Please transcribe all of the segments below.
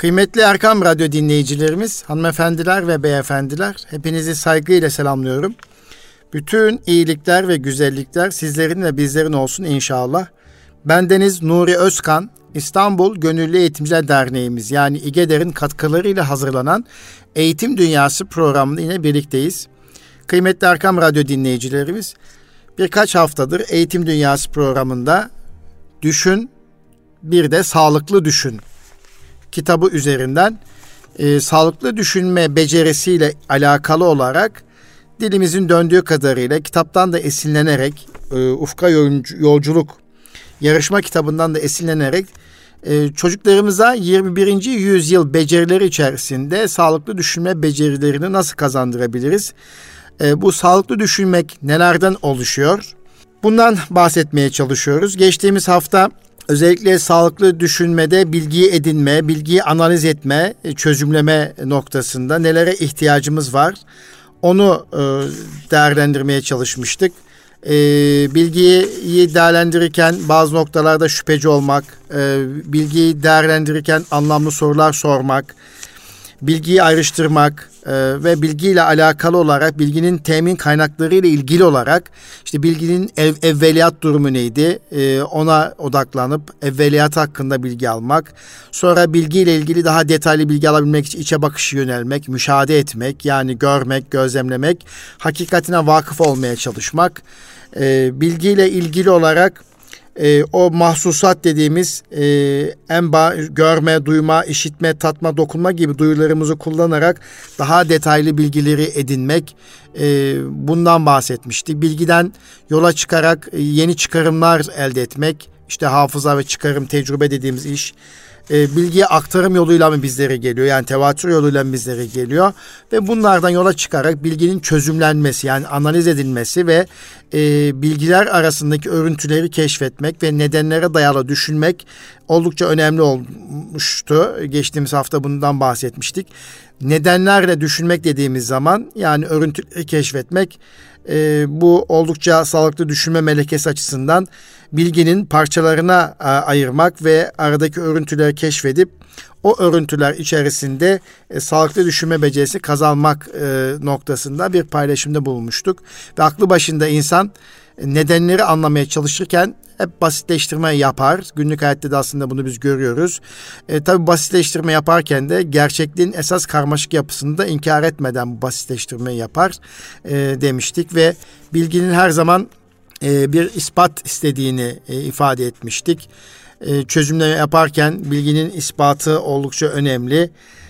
Kıymetli Erkam Radyo dinleyicilerimiz, hanımefendiler ve beyefendiler, hepinizi saygıyla selamlıyorum. Bütün iyilikler ve güzellikler sizlerin ve bizlerin olsun inşallah. Bendeniz Nuri Özkan, İstanbul Gönüllü Eğitimciler Derneğimiz yani İGEDER'in katkılarıyla hazırlanan Eğitim Dünyası programında yine birlikteyiz. Kıymetli Erkam Radyo dinleyicilerimiz, birkaç haftadır Eğitim Dünyası programında Düşün, bir de Sağlıklı Düşün kitabı üzerinden sağlıklı düşünme becerisiyle alakalı olarak dilimizin döndüğü kadarıyla kitaptan da esinlenerek Ufka Yolculuk yarışma kitabından da esinlenerek çocuklarımıza 21. yüzyıl becerileri içerisinde sağlıklı düşünme becerilerini nasıl kazandırabiliriz? Bu sağlıklı düşünmek nelerden oluşuyor? Bundan bahsetmeye çalışıyoruz. Geçtiğimiz hafta özellikle sağlıklı düşünmede bilgiyi edinme, bilgiyi analiz etme, çözümleme noktasında nelere ihtiyacımız var? Onu değerlendirmeye çalışmıştık. Bilgiyi değerlendirirken bazı noktalarda şüpheci olmak, bilgiyi değerlendirirken anlamlı sorular sormak, bilgiyi ayrıştırmak ve bilgiyle alakalı olarak bilginin temin kaynakları ile ilgili olarak işte bilginin evveliyat durumu neydi ona odaklanıp evveliyat hakkında bilgi almak, sonra bilgiyle ilgili daha detaylı bilgi alabilmek için içe bakışı yönelmek, müşahede etmek yani görmek, gözlemlemek, hakikatine vakıf olmaya çalışmak, bilgiyle ilgili olarak o mahsusat dediğimiz görme, duyma, işitme, tatma, dokunma gibi duyularımızı kullanarak daha detaylı bilgileri edinmek, bundan bahsetmiştik. Bilgiden yola çıkarak yeni çıkarımlar elde etmek, işte hafıza ve çıkarım, tecrübe dediğimiz iş. Bilgiye aktarım yoluyla mı bizlere geliyor? Yani tevatür yoluyla mı bizlere geliyor? Ve bunlardan yola çıkarak bilginin çözümlenmesi yani analiz edilmesi ve bilgiler arasındaki örüntüleri keşfetmek ve nedenlere dayalı düşünmek oldukça önemli olmuştu. Geçtiğimiz hafta bundan bahsetmiştik. Nedenlerle düşünmek dediğimiz zaman yani örüntüleri keşfetmek bu oldukça sağlıklı düşünme melekesi açısından bilginin parçalarına ayırmak ve aradaki örüntüleri keşfedip o örüntüler içerisinde sağlıklı düşünme becerisi kazanmak noktasında bir paylaşımda bulunmuştuk. Ve aklı başında insan nedenleri anlamaya çalışırken hep basitleştirme yapar. Günlük hayatta da aslında bunu biz görüyoruz. Tabii basitleştirme yaparken de gerçekliğin esas karmaşık yapısını da inkar etmeden bu basitleştirmeyi yapar demiştik. Ve bilginin her zaman bir ispat istediğini ifade etmiştik. Çözümleme yaparken bilginin ispatı oldukça önemli.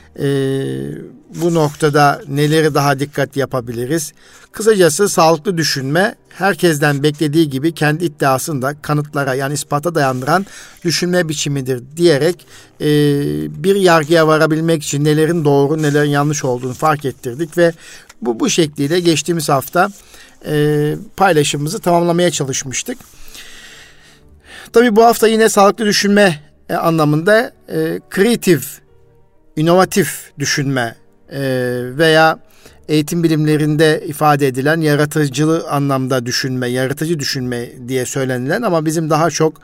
Bu noktada neleri daha dikkat yapabiliriz? Kısacası sağlıklı düşünme herkesten beklediği gibi kendi iddiasını da kanıtlara yani ispata dayandıran düşünme biçimidir diyerek bir yargıya varabilmek için nelerin doğru nelerin yanlış olduğunu fark ettirdik ve bu şekliyle geçtiğimiz hafta paylaşımımızı tamamlamaya çalışmıştık. Tabii bu hafta yine sağlıklı düşünme anlamında kreatif, inovatif düşünme veya eğitim bilimlerinde ifade edilen yaratıcı anlamda düşünme, yaratıcı düşünme diye söylenilen ama bizim daha çok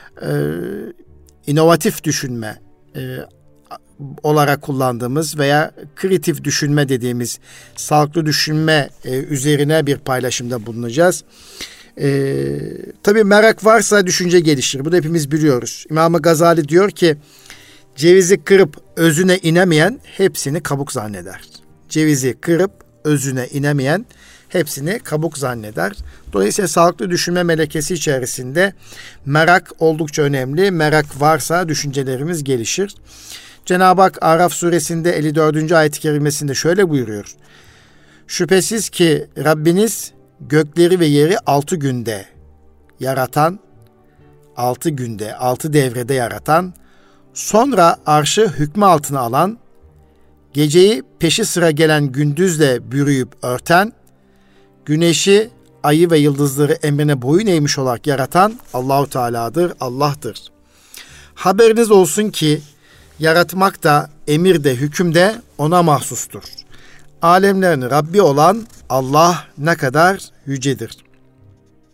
inovatif düşünme olarak kullandığımız veya kreatif düşünme dediğimiz sağlıklı düşünme üzerine bir paylaşımda bulunacağız. Tabii merak varsa düşünce gelişir. Bunu hepimiz biliyoruz. İmam-ı Gazali diyor ki cevizi kırıp özüne inemeyen hepsini kabuk zanneder. Cevizi kırıp özüne inemeyen hepsini kabuk zanneder. Dolayısıyla sağlıklı düşünme melekesi içerisinde merak oldukça önemli. Merak varsa düşüncelerimiz gelişir. Cenab-ı Hak Araf suresinde 54. ayet-i kerimesinde şöyle buyuruyor. Şüphesiz ki Rabbiniz gökleri ve yeri 6 günde yaratan, 6 günde, 6 devrede yaratan, sonra arşı hükmü altına alan, geceyi peşi sıra gelen gündüzle bürüyüp örten, güneşi, ayı ve yıldızları emrine boyun eğmiş olarak yaratan Allahu Teala'dır, Allah'tır. Haberiniz olsun ki yaratmak da, emir de, hüküm de ona mahsustur. Alemlerin Rabbi olan Allah ne kadar yücedir.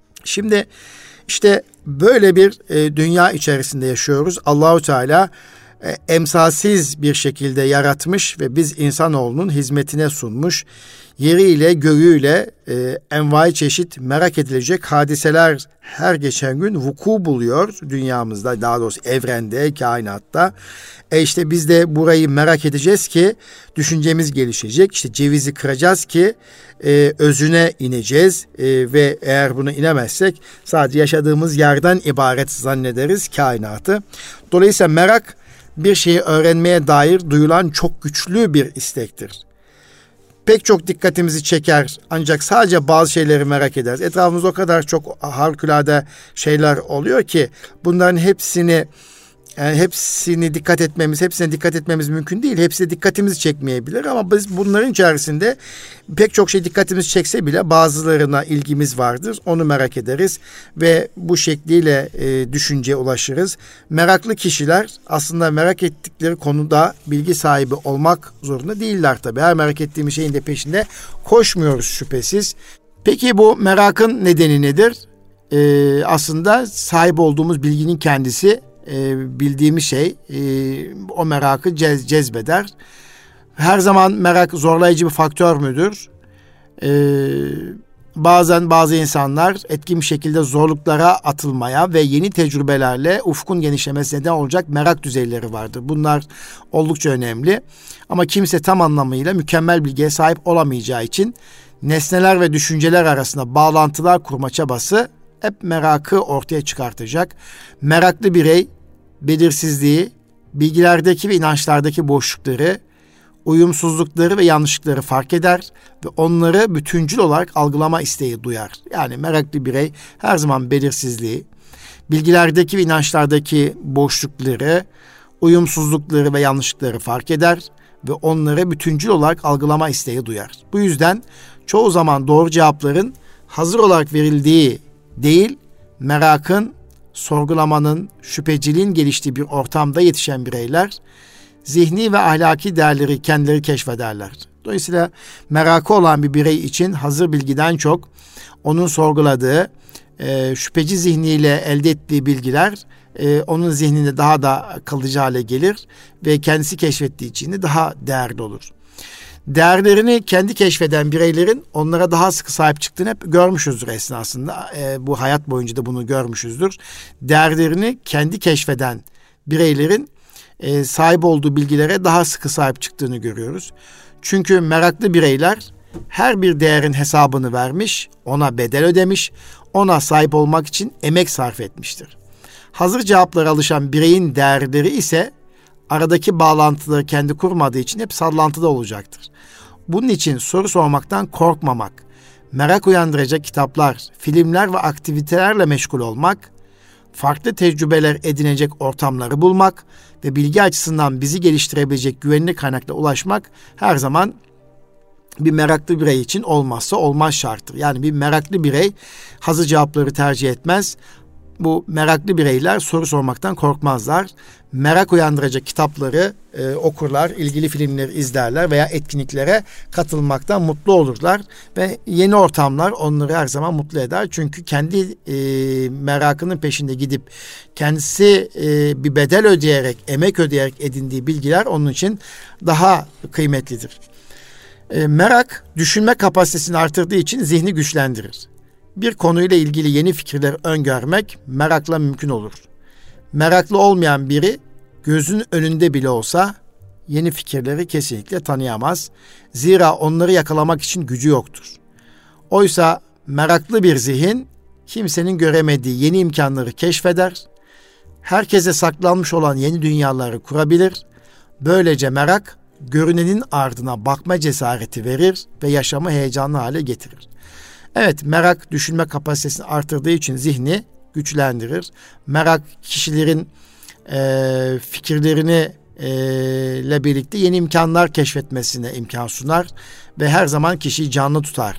Şimdi işte böyle bir dünya içerisinde yaşıyoruz. Allahu Teala emsalsiz bir şekilde yaratmış ve biz insanoğlunun hizmetine sunmuş. Yeriyle göğüyle envai çeşit merak edilecek hadiseler her geçen gün vuku buluyor dünyamızda, daha doğrusu evrende, kainatta. İşte biz de burayı merak edeceğiz ki düşüncemiz gelişecek. İşte cevizi kıracağız ki özüne ineceğiz ve eğer buna inemezsek sadece yaşadığımız yerden ibaret zannederiz kainatı. Dolayısıyla merak bir şeyi öğrenmeye dair duyulan çok güçlü bir istektir. Pek çok dikkatimizi çeker ancak sadece bazı şeyleri merak ederiz. Etrafımızda o kadar çok harikulade şeyler oluyor ki bunların hepsine dikkat etmemiz mümkün değil. Hepsi dikkatimizi çekmeyebilir ama biz bunların içerisinde pek çok şey dikkatimizi çekse bile bazılarına ilgimiz vardır. Onu merak ederiz ve bu şekliyle düşünceye ulaşırız. Meraklı kişiler aslında merak ettikleri konuda bilgi sahibi olmak zorunda değiller tabii. Her merak ettiğimiz şeyin de peşinde koşmuyoruz şüphesiz. Peki bu merakın nedeni nedir? Aslında sahip olduğumuz bilginin kendisi. Bildiğimiz şey o merakı cezbeder. Her zaman merak zorlayıcı bir faktör müdür? Bazen bazı insanlar etkin bir şekilde zorluklara atılmaya ve yeni tecrübelerle ufkun genişlemesine neden olacak merak düzeyleri vardır. Bunlar oldukça önemli. Ama kimse tam anlamıyla mükemmel bilgiye sahip olamayacağı için nesneler ve düşünceler arasında bağlantılar kurma çabası hep merakı ortaya çıkartacak. Meraklı birey belirsizliği, bilgilerdeki ve inançlardaki boşlukları, uyumsuzlukları ve yanlışlıkları fark eder ve onları bütüncül olarak algılama isteği duyar. Yani meraklı birey her zaman belirsizliği, bilgilerdeki ve inançlardaki boşlukları, uyumsuzlukları ve yanlışlıkları fark eder ve onları bütüncül olarak algılama isteği duyar. Bu yüzden çoğu zaman doğru cevapların hazır olarak verildiği değil, merakın, sorgulamanın, şüpheciliğin geliştiği bir ortamda yetişen bireyler zihni ve ahlaki değerleri kendileri keşfederler. Dolayısıyla merakı olan bir birey için hazır bilgiden çok onun sorguladığı, şüpheci zihniyle elde ettiği bilgiler onun zihninde daha da kalıcı hale gelir ve kendisi keşfettiği için de daha değerli olur. Değerlerini kendi keşfeden bireylerin onlara daha sıkı sahip çıktığını hep görmüşüzdür esnasında. Bu hayat boyunca da bunu görmüşüzdür. Değerlerini kendi keşfeden bireylerin sahip olduğu bilgilere daha sıkı sahip çıktığını görüyoruz. Çünkü meraklı bireyler her bir değerin hesabını vermiş, ona bedel ödemiş, ona sahip olmak için emek sarf etmiştir. Hazır cevaplara alışan bireyin değerleri ise aradaki bağlantıları kendi kurmadığı için hep sallantıda olacaktır. Bunun için soru sormaktan korkmamak, merak uyandıracak kitaplar, filmler ve aktivitelerle meşgul olmak, farklı tecrübeler edinecek ortamları bulmak ve bilgi açısından bizi geliştirebilecek güvenilir kaynaklara ulaşmak her zaman bir meraklı birey için olmazsa olmaz şarttır. Yani bir meraklı birey hazır cevapları tercih etmez. Bu meraklı bireyler soru sormaktan korkmazlar. Merak uyandıracak kitapları okurlar, ilgili filmleri izlerler veya etkinliklere katılmaktan mutlu olurlar. Ve yeni ortamlar onları her zaman mutlu eder. Çünkü kendi merakının peşinde gidip kendisi bir bedel ödeyerek, emek ödeyerek edindiği bilgiler onun için daha kıymetlidir. Merak düşünme kapasitesini artırdığı için zihni güçlendirir. Bir konuyla ilgili yeni fikirleri öngörmek merakla mümkün olur. Meraklı olmayan biri gözünün önünde bile olsa yeni fikirleri kesinlikle tanıyamaz. Zira onları yakalamak için gücü yoktur. Oysa meraklı bir zihin kimsenin göremediği yeni imkanları keşfeder, herkese saklanmış olan yeni dünyaları kurabilir. Böylece merak görünenin ardına bakma cesareti verir ve yaşamı heyecanlı hale getirir. Evet, merak düşünme kapasitesini artırdığı için zihni güçlendirir. Merak kişilerin fikirlerini ile birlikte yeni imkanlar keşfetmesine imkan sunar ve her zaman kişiyi canlı tutar.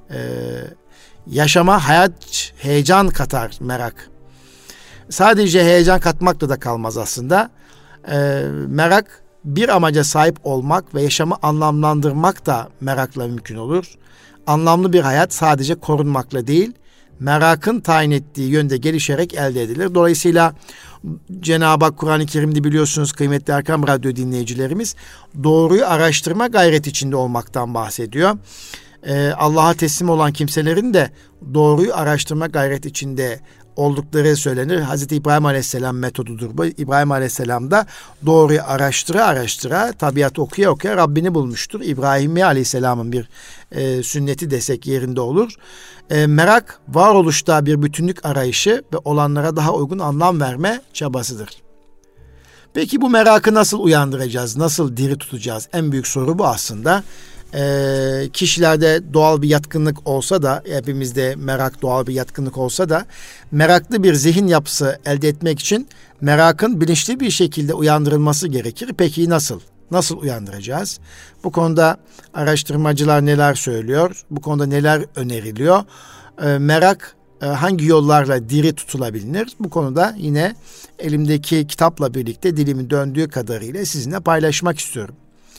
Yaşama hayat, heyecan katar merak. Sadece heyecan katmakla da kalmaz aslında. Merak bir amaca sahip olmak ve yaşamı anlamlandırmak da merakla mümkün olur. Anlamlı bir hayat sadece korunmakla değil, merakın tayin ettiği yönde gelişerek elde edilir. Dolayısıyla Cenab-ı Hak Kur'an-ı Kerim'de biliyorsunuz kıymetli Erkam Radyo dinleyicilerimiz, doğruyu araştırma gayreti içinde olmaktan bahsediyor. Allah'a teslim olan kimselerin de doğruyu araştırma gayreti içinde oldukları söylenir. Hazreti İbrahim Aleyhisselam metodudur bu. İbrahim Aleyhisselam da doğruyu araştıra tabiatı okuya Rabbini bulmuştur. İbrahim Aleyhisselam'ın bir sünneti desek yerinde olur. Merak varoluşta bir bütünlük arayışı ve olanlara daha uygun anlam verme çabasıdır. Peki bu merakı nasıl uyandıracağız? Nasıl diri tutacağız? En büyük soru bu aslında. Kişilerde doğal bir yatkınlık olsa da, hepimizde merak doğal bir yatkınlık olsa da, meraklı bir zihin yapısı elde etmek için merakın bilinçli bir şekilde uyandırılması gerekir. Peki nasıl? Nasıl uyandıracağız? Bu konuda araştırmacılar neler söylüyor? Bu konuda neler öneriliyor? Merak hangi yollarla diri tutulabilir? Bu konuda yine elimdeki kitapla birlikte dilimin döndüğü kadarıyla sizinle paylaşmak istiyorum.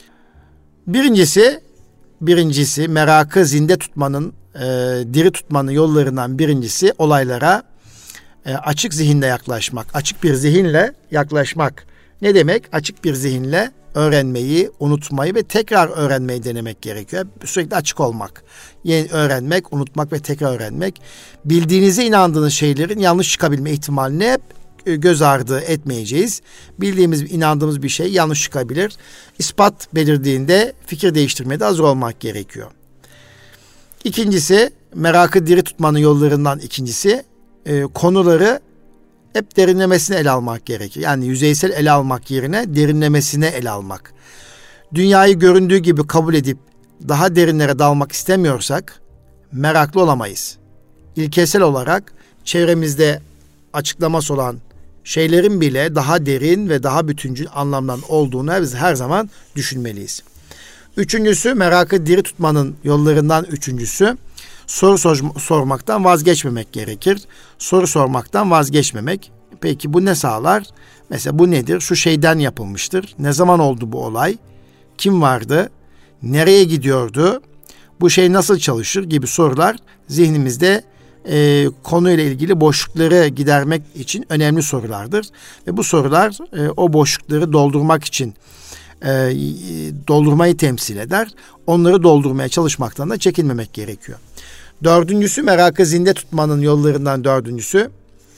Birincisi merakı zinde tutmanın, diri tutmanın yollarından birincisi olaylara açık zihinle yaklaşmak. Açık bir zihinle yaklaşmak. Ne demek? Açık bir zihinle öğrenmeyi, unutmayı ve tekrar öğrenmeyi denemek gerekiyor. Sürekli açık olmak. Yeni öğrenmek, unutmak ve tekrar öğrenmek. Bildiğinize inandığınız şeylerin yanlış çıkabilme ihtimalini hep göz ardı etmeyeceğiz. Bildiğimiz, inandığımız bir şey yanlış çıkabilir. İspat belirdiğinde fikir değiştirmeye de hazır olmak gerekiyor. İkincisi, merakı diri tutmanın yollarından ikincisi, konuları hep derinlemesine ele almak gerekir. Yani yüzeysel ele almak yerine derinlemesine ele almak. Dünyayı göründüğü gibi kabul edip daha derinlere dalmak istemiyorsak meraklı olamayız. İlkesel olarak çevremizde açıklaması olan şeylerin bile daha derin ve daha bütüncül anlamdan olduğunu biz her zaman düşünmeliyiz. Üçüncüsü, merakı diri tutmanın yollarından üçüncüsü, soru sormaktan vazgeçmemek gerekir. Soru sormaktan vazgeçmemek. Peki bu ne sağlar? Mesela bu nedir? Şu şeyden yapılmıştır. Ne zaman oldu bu olay? Kim vardı? Nereye gidiyordu? Bu şey nasıl çalışır gibi sorular zihnimizde konuyla ilgili boşlukları gidermek için önemli sorulardır. Ve bu sorular o boşlukları doldurmak için doldurmayı temsil eder. Onları doldurmaya çalışmaktan da çekinmemek gerekiyor. Dördüncüsü, merakı zinde tutmanın yollarından dördüncüsü,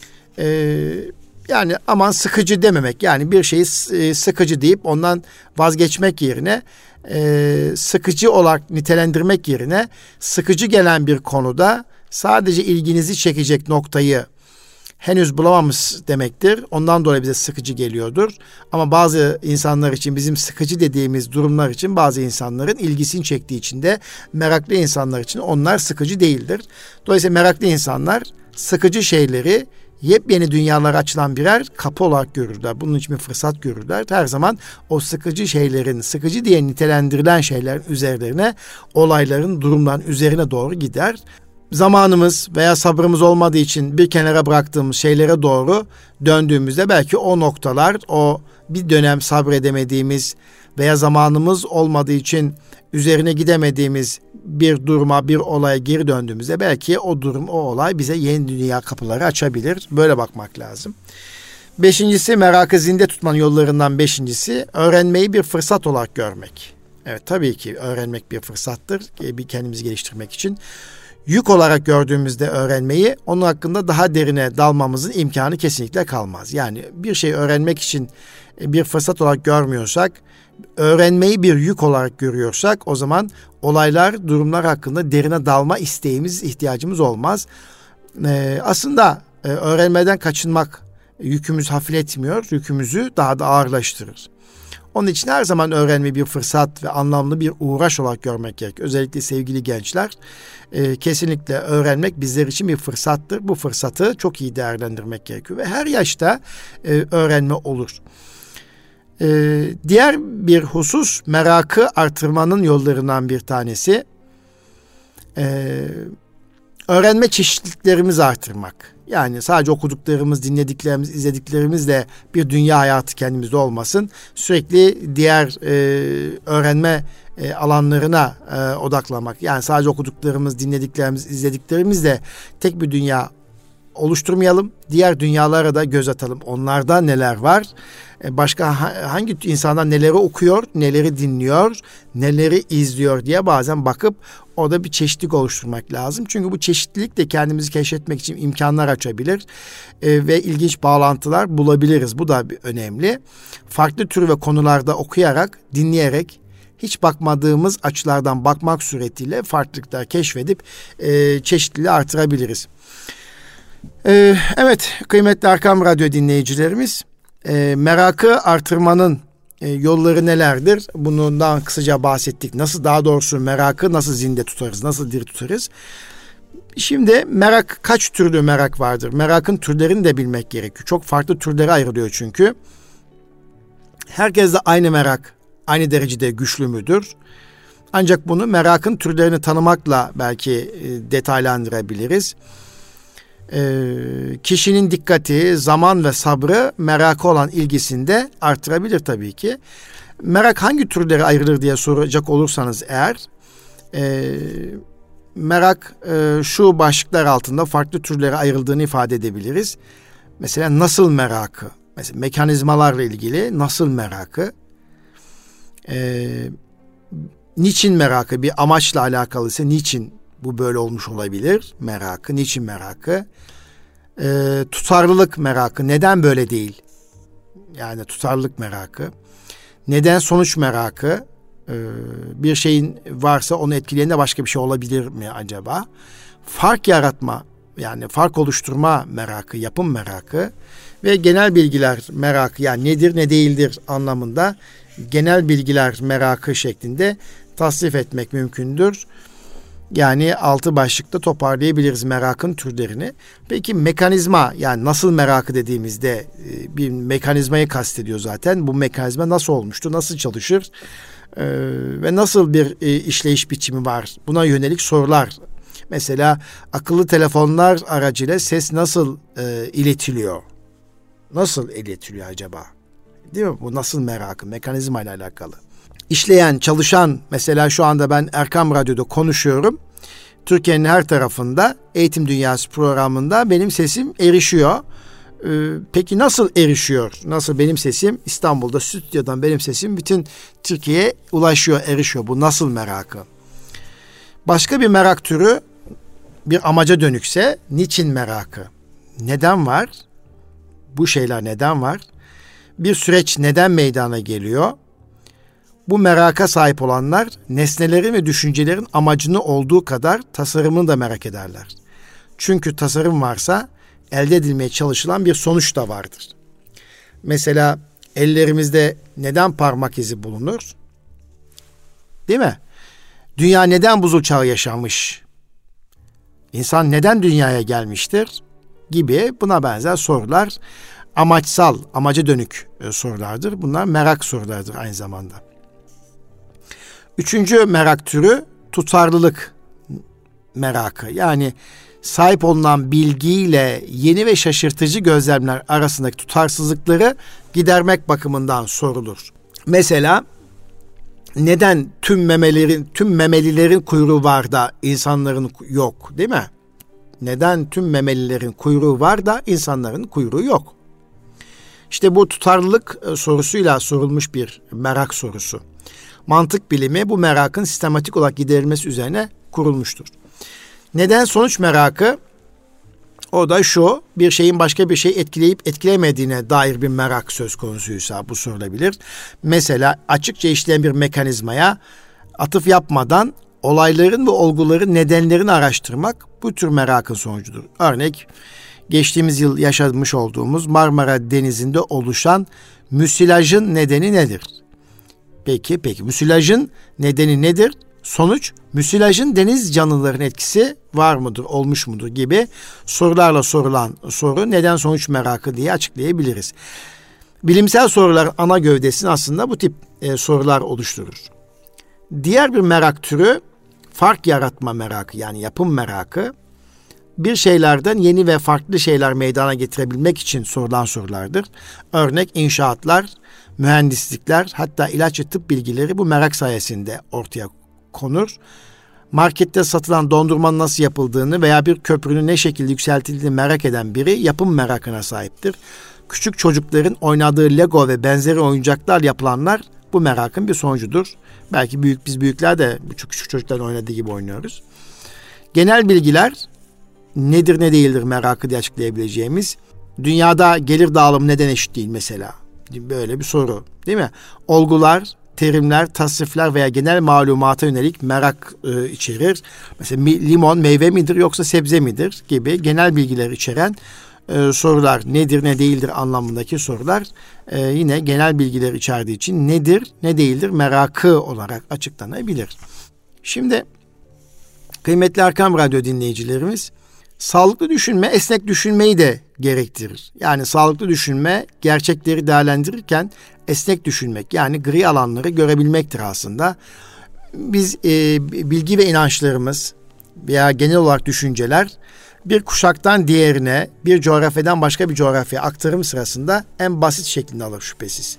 yani aman sıkıcı dememek. Yani bir şeyi sıkıcı deyip ondan vazgeçmek yerine, sıkıcı olarak nitelendirmek yerine sıkıcı gelen bir konuda sadece ilginizi çekecek noktayı henüz bulamamış demektir. Ondan dolayı bize sıkıcı geliyordur. Ama bazı insanlar için, bizim sıkıcı dediğimiz durumlar için, bazı insanların ilgisini çektiği için de meraklı insanlar için onlar sıkıcı değildir. Dolayısıyla meraklı insanlar sıkıcı şeyleri yepyeni dünyalara açılan birer kapı olarak görürler. Bunun için bir fırsat görürler. Her zaman o sıkıcı şeylerin, sıkıcı diye nitelendirilen şeylerin üzerlerine, olayların, durumların üzerine doğru gider. Zamanımız veya sabrımız olmadığı için bir kenara bıraktığımız şeylere doğru döndüğümüzde belki o noktalar, o bir dönem sabredemediğimiz veya zamanımız olmadığı için üzerine gidemediğimiz bir duruma, bir olaya geri döndüğümüzde belki o durum, o olay bize yeni dünya kapıları açabilir. Böyle bakmak lazım. Beşincisi, merakı zinde tutmanın yollarından beşincisi, öğrenmeyi bir fırsat olarak görmek. Evet, tabii ki öğrenmek bir fırsattır, bir kendimizi geliştirmek için. Yük olarak gördüğümüzde öğrenmeyi, onun hakkında daha derine dalmamızın imkanı kesinlikle kalmaz. Yani bir şey öğrenmek için bir fırsat olarak görmüyorsak, öğrenmeyi bir yük olarak görüyorsak, o zaman olaylar, durumlar hakkında derine dalma isteğimiz, ihtiyacımız olmaz. Aslında öğrenmeden kaçınmak yükümüzü hafifletmiyor, yükümüzü daha da ağırlaştırır. Onun için her zaman öğrenmeyi bir fırsat ve anlamlı bir uğraş olarak görmek gerek. Özellikle sevgili gençler, kesinlikle öğrenmek bizler için bir fırsattır. Bu fırsatı çok iyi değerlendirmek gerekiyor ve her yaşta öğrenme olur. Diğer bir husus, merakı artırmanın yollarından bir tanesi, öğrenme çeşitliliklerimizi artırmak. Yani sadece okuduklarımız, dinlediklerimiz, izlediklerimizle bir dünya hayatı kendimizde olmasın. Sürekli diğer öğrenme alanlarına odaklamak. Yani sadece okuduklarımız, dinlediklerimiz, izlediklerimizle tek bir dünya oluşturmayalım. Diğer dünyalara da göz atalım. Onlarda neler var? Başka hangi insanlar neleri okuyor, neleri dinliyor, neleri izliyor diye bazen bakıp orada bir çeşitlilik oluşturmak lazım. Çünkü bu çeşitlilik de kendimizi keşfetmek için imkanlar açabilir ve ilginç bağlantılar bulabiliriz. Bu da önemli. Farklı tür ve konularda okuyarak, dinleyerek, hiç bakmadığımız açılardan bakmak suretiyle farklılıklar keşfedip çeşitliliği artırabiliriz. Evet, kıymetli Erkam Radyo dinleyicilerimiz, merakı artırmanın yolları nelerdir? Bundan kısaca bahsettik. Daha doğrusu merakı nasıl zinde tutarız, nasıl diri tutarız? Şimdi kaç türlü merak vardır? Merakın türlerini de bilmek gerekiyor. Çok farklı türlere ayrılıyor çünkü. Herkes de aynı merak, aynı derecede güçlü müdür? Ancak bunu merakın türlerini tanımakla belki detaylandırabiliriz. Kişinin dikkati, zaman ve sabrı meraka olan ilgisinde artırabilir tabii ki. Merak hangi türlere ayrılır diye soracak olursanız eğer, merak şu başlıklar altında farklı türlere ayrıldığını ifade edebiliriz. Mesela nasıl merakı, mesela mekanizmalarla ilgili nasıl merakı, niçin merakı, bir amaçla alakalı ise niçin bu böyle olmuş olabilir merakı, niçin merakı, tutarlılık merakı, neden böyle değil, yani tutarlılık merakı, neden sonuç merakı, bir şeyin varsa onu etkileyen de başka bir şey olabilir mi acaba, fark yaratma, yani fark oluşturma merakı, yapım merakı ve genel bilgiler merakı, yani nedir ne değildir anlamında genel bilgiler merakı şeklinde tasnif etmek mümkündür. Yani 6 başlıkta toparlayabiliriz merakın türlerini. Peki mekanizma, yani nasıl merakı dediğimizde bir mekanizmayı kastediyor zaten. Bu mekanizma nasıl olmuştu, nasıl çalışır ve nasıl bir işleyiş biçimi var? Buna yönelik sorular. Mesela akıllı telefonlar aracıyla ses nasıl iletiliyor? Nasıl iletiliyor acaba? Değil mi? Bu nasıl merakı, mekanizma ile alakalı. İşleyen, çalışan, mesela şu anda ben Erkam Radyo'da konuşuyorum. Türkiye'nin her tarafında Eğitim Dünyası programında benim sesim erişiyor. Peki nasıl erişiyor? Nasıl benim sesim İstanbul'da stüdyodan benim sesim bütün Türkiye'ye ulaşıyor, erişiyor? Bu nasıl merakı? Başka bir merak türü bir amaca dönükse niçin merakı? Neden var? Bu şeyler neden var? Bir süreç neden meydana geliyor? Bu meraka sahip olanlar nesnelerin ve düşüncelerin amacını olduğu kadar tasarımını da merak ederler. Çünkü tasarım varsa elde edilmeye çalışılan bir sonuç da vardır. Mesela ellerimizde neden parmak izi bulunur? Değil mi? Dünya neden buzul çağı yaşamış? İnsan neden dünyaya gelmiştir? Gibi buna benzer sorular amaçsal, amaca dönük sorulardır. Bunlar merak sorulardır aynı zamanda. Üçüncü merak türü tutarlılık merakı. Yani sahip olunan bilgiyle yeni ve şaşırtıcı gözlemler arasındaki tutarsızlıkları gidermek bakımından sorulur. Mesela neden tüm memelilerin kuyruğu var da insanların yok, değil mi? Neden tüm memelilerin kuyruğu var da insanların kuyruğu yok? İşte bu tutarlılık sorusuyla sorulmuş bir merak sorusu. Mantık bilimi bu merakın sistematik olarak giderilmesi üzerine kurulmuştur. Neden sonuç merakı? O da şu, bir şeyin başka bir şey etkileyip etkilemediğine dair bir merak söz konusuysa bu sorulabilir. Mesela açıkça işleyen bir mekanizmaya atıf yapmadan olayların ve olguların nedenlerini araştırmak bu tür merakın sonucudur. Örnek, geçtiğimiz yıl yaşamış olduğumuz Marmara Denizi'nde oluşan müsilajın nedeni nedir? Peki müsilajın nedeni nedir? Sonuç, müsilajın deniz canlılarının etkisi var mıdır, olmuş mudur gibi sorularla sorulan soru neden sonuç merakı diye açıklayabiliriz. Bilimsel soruların ana gövdesini aslında bu tip sorular oluşturur. Diğer bir merak türü fark yaratma merakı, yani yapım merakı. bir şeylerden yeni ve farklı şeyler meydana getirebilmek için sorulan sorulardır. Örnek inşaatlar, mühendislikler, hatta ilaç ve tıp bilgileri bu merak sayesinde ortaya konur. Markette satılan dondurmanın nasıl yapıldığını veya bir köprünün ne şekilde yükseltildiğini merak eden biri yapım merakına sahiptir. Küçük çocukların oynadığı Lego ve benzeri oyuncaklar yapılanlar bu merakın bir sonucudur. Belki biz büyükler de küçük çocukların oynadığı gibi oynuyoruz. Genel bilgiler nedir ne değildir merakı diye açıklayabileceğimiz. Dünyada gelir dağılımı neden eşit değil mesela? Böyle bir soru değil mi? Olgular, terimler, tasnifler veya genel malumata yönelik merak içerir. Mesela limon meyve midir yoksa sebze midir gibi genel bilgiler içeren sorular, nedir ne değildir anlamındaki sorular yine genel bilgiler içerdiği için nedir ne değildir merakı olarak açıklanabilir. Şimdi kıymetli Erkam Radyo dinleyicilerimiz, sağlıklı düşünme esnek düşünmeyi de gerektirir. Yani sağlıklı düşünme gerçekleri değerlendirirken esnek düşünmek, yani gri alanları görebilmektir aslında. Biz bilgi ve inançlarımız veya genel olarak düşünceler bir kuşaktan diğerine, bir coğrafyadan başka bir coğrafyaya aktarım sırasında en basit şeklinde alır şüphesiz.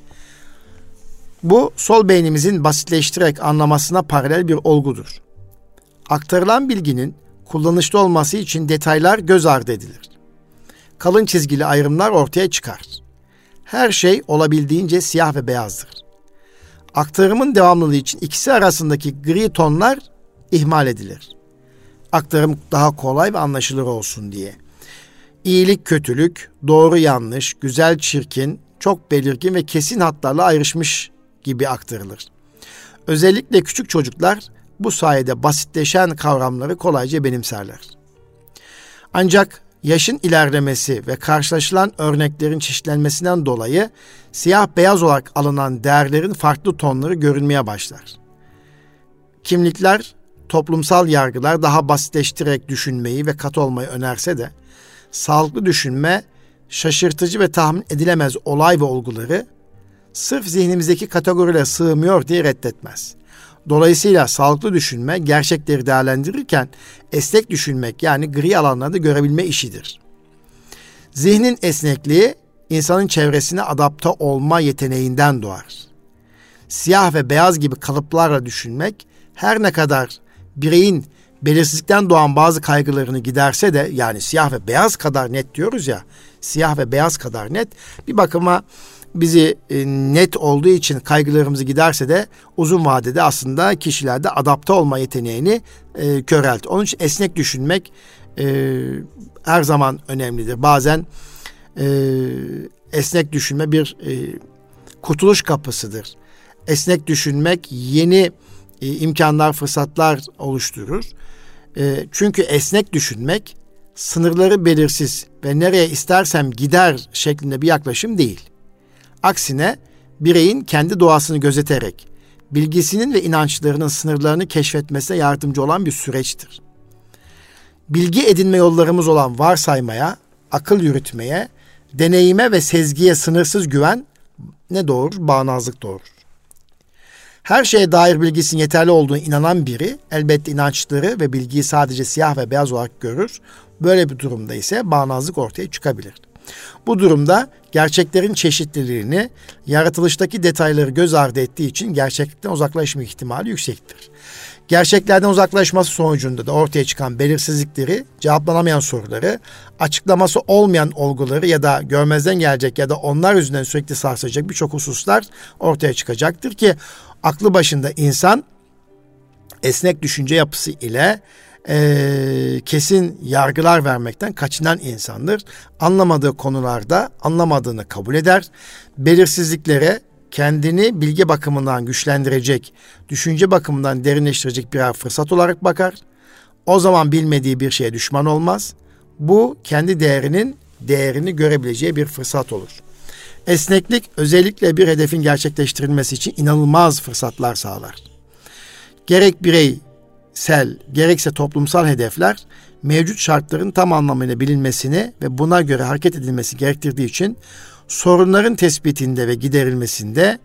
Bu sol beynimizin basitleştirerek anlamasına paralel bir olgudur. Aktarılan bilginin kullanışlı olması için detaylar göz ardı edilir. Kalın çizgili ayrımlar ortaya çıkar. Her şey olabildiğince siyah ve beyazdır. Aktarımın devamlılığı için ikisi arasındaki gri tonlar ihmal edilir. Aktarım daha kolay ve anlaşılır olsun diye. İyilik, kötülük, doğru, yanlış, güzel, çirkin, çok belirgin ve kesin hatlarla ayrışmış gibi aktarılır. Özellikle küçük çocuklar bu sayede basitleşen kavramları kolayca benimserler. Ancak yaşın ilerlemesi ve karşılaşılan örneklerin çeşitlenmesinden dolayı siyah beyaz olarak alınan değerlerin farklı tonları görünmeye başlar. Kimlikler, toplumsal yargılar daha basitleştirerek düşünmeyi ve katı olmayı önerse de sağlıklı düşünme şaşırtıcı ve tahmin edilemez olay ve olguları sırf zihnimizdeki kategorilere sığmıyor diye reddetmez. Dolayısıyla sağlıklı düşünme gerçekleri değerlendirirken esnek düşünmek, yani gri alanlarda görebilme işidir. Zihnin esnekliği insanın çevresine adapte olma yeteneğinden doğar. Siyah ve beyaz gibi kalıplarla düşünmek her ne kadar bireyin belirsizlikten doğan bazı kaygılarını giderse de, yani siyah ve beyaz kadar net diyoruz ya, siyah ve beyaz kadar net bir bakıma bizi net olduğu için kaygılarımızı giderse de uzun vadede aslında kişilerde adapte olma yeteneğini köreltir. Onun için esnek düşünmek her zaman önemlidir. Bazen esnek düşünme bir kurtuluş kapısıdır. Esnek düşünmek yeni imkanlar, fırsatlar oluşturur. Çünkü esnek düşünmek sınırları belirsiz ve nereye istersem gider şeklinde bir yaklaşım değil. Aksine bireyin kendi doğasını gözeterek bilgisinin ve inançlarının sınırlarını keşfetmesine yardımcı olan bir süreçtir. Bilgi edinme yollarımız olan varsaymaya, akıl yürütmeye, deneyime ve sezgiye sınırsız güven ne doğurur? Bağnazlık doğurur. Her şeye dair bilgisinin yeterli olduğuna inanan biri elbette inançları ve bilgiyi sadece siyah ve beyaz olarak görür. Böyle bir durumda ise bağnazlık ortaya çıkabilir. Bu durumda gerçeklerin çeşitliliğini, yaratılıştaki detayları göz ardı ettiği için gerçeklikten uzaklaşma ihtimali yüksektir. Gerçeklerden uzaklaşması sonucunda da ortaya çıkan belirsizlikleri, cevaplanamayan soruları, açıklaması olmayan olguları ya da görmezden gelecek ya da onlar yüzünden sürekli sarsılacak birçok hususlar ortaya çıkacaktır ki aklı başında insan esnek düşünce yapısı ile kesin yargılar vermekten kaçınan insandır. Anlamadığı konularda anlamadığını kabul eder. Belirsizliklere kendini bilgi bakımından güçlendirecek, düşünce bakımından derinleştirecek birer fırsat olarak bakar. O zaman bilmediği bir şeye düşman olmaz. Bu kendi değerini görebileceği bir fırsat olur. Esneklik özellikle bir hedefin gerçekleştirilmesi için inanılmaz fırsatlar sağlar. Gerek bireysel, gerekse toplumsal hedefler mevcut şartların tam anlamıyla bilinmesini ve buna göre hareket edilmesi gerektirdiği için sorunların tespitinde ve giderilmesinde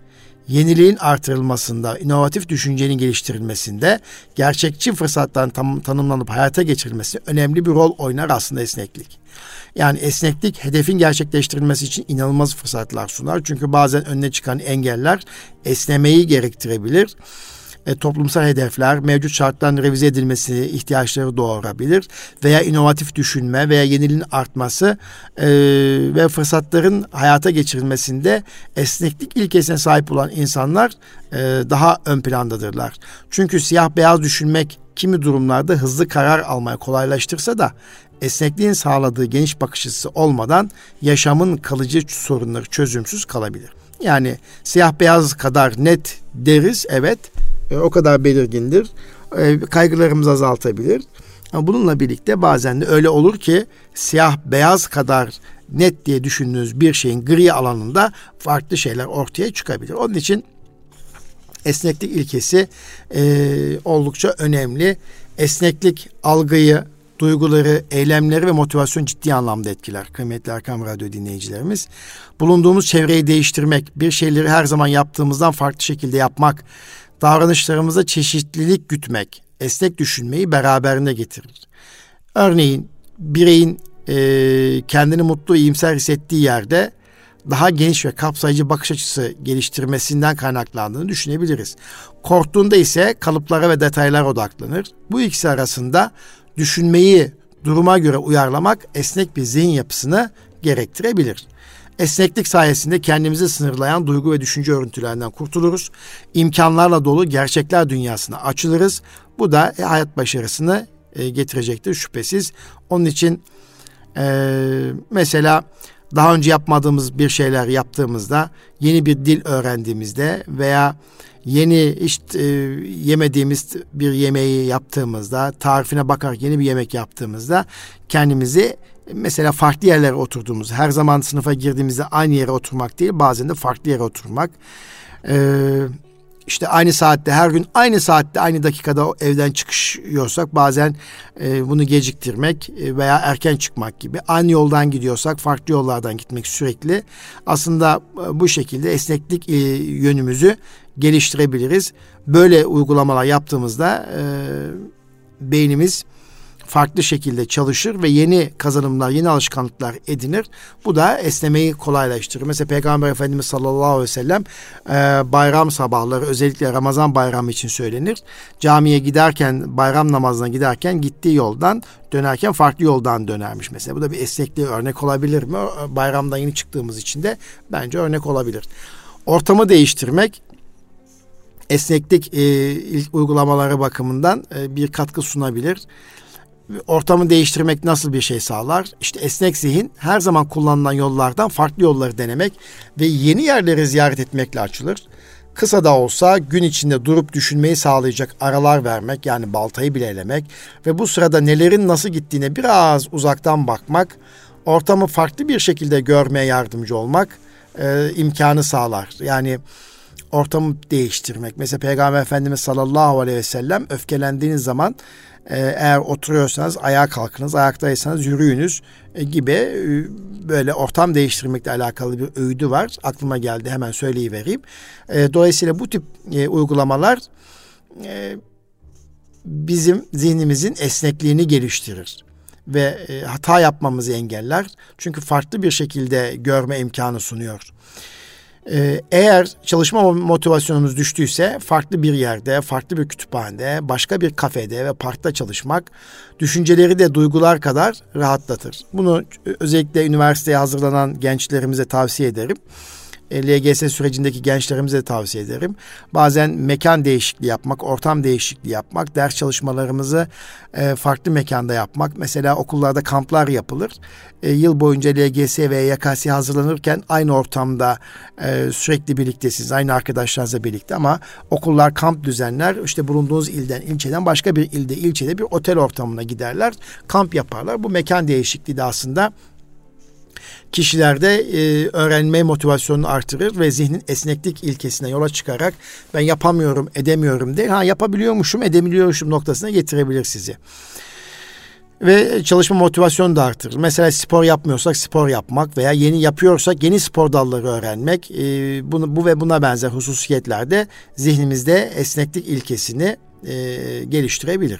yeniliğin artırılmasında, inovatif düşüncenin geliştirilmesinde, gerçekçi fırsatların tanımlanıp hayata geçirilmesi önemli bir rol oynar aslında esneklik. Yani esneklik hedefin gerçekleştirilmesi için inanılmaz fırsatlar sunar. Çünkü bazen önüne çıkan engeller esnemeyi gerektirebilir. Toplumsal hedefler, mevcut şartların revize edilmesi ihtiyaçları doğurabilir veya inovatif düşünme veya yeniliğin artması ve fırsatların hayata geçirilmesinde esneklik ilkesine sahip olan insanlar daha ön plandadırlar. Çünkü siyah beyaz düşünmek kimi durumlarda hızlı karar almayı kolaylaştırsa da esnekliğin sağladığı geniş bakış açısı olmadan yaşamın kalıcı sorunları çözümsüz kalabilir. Yani siyah beyaz kadar net deriz, evet, o kadar belirgindir. Kaygılarımızı azaltabilir. Ama bununla birlikte bazen de öyle olur ki siyah beyaz kadar net diye düşündüğünüz bir şeyin gri alanında farklı şeyler ortaya çıkabilir. Onun için esneklik ilkesi oldukça önemli. Esneklik algıyı, duyguları, eylemleri ve motivasyonu ciddi anlamda etkiler kıymetli Erkam Radyo dinleyicilerimiz. Bulunduğumuz çevreyi değiştirmek, bir şeyleri her zaman yaptığımızdan farklı şekilde yapmak, davranışlarımıza çeşitlilik gütmek, esnek düşünmeyi beraberinde getirir. Örneğin bireyin kendini mutlu, iyimser hissettiği yerde daha geniş ve kapsayıcı bakış açısı geliştirmesinden kaynaklandığını düşünebiliriz. Korktuğunda ise kalıplara ve detaylara odaklanır. Bu ikisi arasında düşünmeyi duruma göre uyarlamak esnek bir zihin yapısını gerektirebilir. Esneklik sayesinde kendimizi sınırlayan duygu ve düşünce örüntülerinden kurtuluruz. İmkanlarla dolu gerçekler dünyasına açılırız. Bu da hayat başarısını getirecektir şüphesiz. Onun için mesela daha önce yapmadığımız bir şeyler yaptığımızda, yeni bir dil öğrendiğimizde veya yeni yemediğimiz bir yemeği yaptığımızda, tarifine bakarak yeni bir yemek yaptığımızda kendimizi mesela farklı yerlere oturduğumuz, her zaman sınıfa girdiğimizde aynı yere oturmak değil, bazen de farklı yere oturmak. İşte aynı saatte, her gün aynı saatte, aynı dakikada evden çıkıyorsak bazen bunu geciktirmek veya erken çıkmak gibi. Aynı yoldan gidiyorsak farklı yollardan gitmek sürekli. Aslında bu şekilde esneklik yönümüzü geliştirebiliriz. Böyle uygulamalar yaptığımızda beynimiz farklı şekilde çalışır ve yeni kazanımlar, yeni alışkanlıklar edinir. Bu da esnemeyi kolaylaştırır. Mesela Peygamber Efendimiz sallallahu aleyhi ve sellem bayram sabahları, özellikle Ramazan bayramı için söylenir. Camiye giderken, bayram namazına giderken gittiği yoldan dönerken farklı yoldan dönermiş mesela. Bu da bir esnekliğe örnek olabilir mi? Bayramdan yeni çıktığımız için de bence örnek olabilir. Ortamı değiştirmek esneklik uygulamaları bakımından bir katkı sunabilir. Ortamı değiştirmek nasıl bir şey sağlar? İşte esnek zihin her zaman kullanılan yollardan farklı yolları denemek ve yeni yerleri ziyaret etmekle açılır. Kısa da olsa gün içinde durup düşünmeyi sağlayacak aralar vermek, yani baltayı bile elemek ve bu sırada nelerin nasıl gittiğine biraz uzaktan bakmak, ortamı farklı bir şekilde görmeye yardımcı olmak imkanı sağlar. Yani ortamı değiştirmek. Mesela Peygamber Efendimiz sallallahu aleyhi ve sellem öfkelendiğiniz zaman eğer oturuyorsanız ayağa kalkınız, ayaktaysanız yürüyünüz gibi böyle ortam değiştirmekle alakalı bir öğüdü var. Aklıma geldi, hemen söyleyivereyim. Dolayısıyla bu tip uygulamalar bizim zihnimizin esnekliğini geliştirir ve hata yapmamızı engeller. Çünkü farklı bir şekilde görme imkanı sunuyor. Eğer çalışma motivasyonumuz düştüyse farklı bir yerde, farklı bir kütüphanede, başka bir kafede ve parkta çalışmak düşünceleri de duygular kadar rahatlatır. Bunu özellikle üniversiteye hazırlanan gençlerimize tavsiye ederim. LGS sürecindeki gençlerimize de tavsiye ederim. Bazen mekan değişikliği yapmak, ortam değişikliği yapmak, ders çalışmalarımızı farklı mekanda yapmak. Mesela okullarda kamplar yapılır. Yıl boyunca LGS ve YKS'ye hazırlanırken aynı ortamda sürekli birliktesiniz, aynı arkadaşlarınızla birlikte, ama okullar kamp düzenler. İşte bulunduğunuz ilden, ilçeden başka bir ilde, ilçede bir otel ortamına giderler, kamp yaparlar. Bu mekan değişikliği de aslında kişilerde öğrenme motivasyonunu artırır ve zihnin esneklik ilkesine yola çıkarak ben yapamıyorum, edemiyorum değil, yapabiliyormuşum, edebiliyormuşum noktasına getirebilir sizi. Ve çalışma motivasyonu da artırır. Mesela spor yapmıyorsak spor yapmak veya yeni yapıyorsak yeni spor dalları öğrenmek, bu ve buna benzer hususiyetlerde zihnimizde esneklik ilkesini geliştirebilir.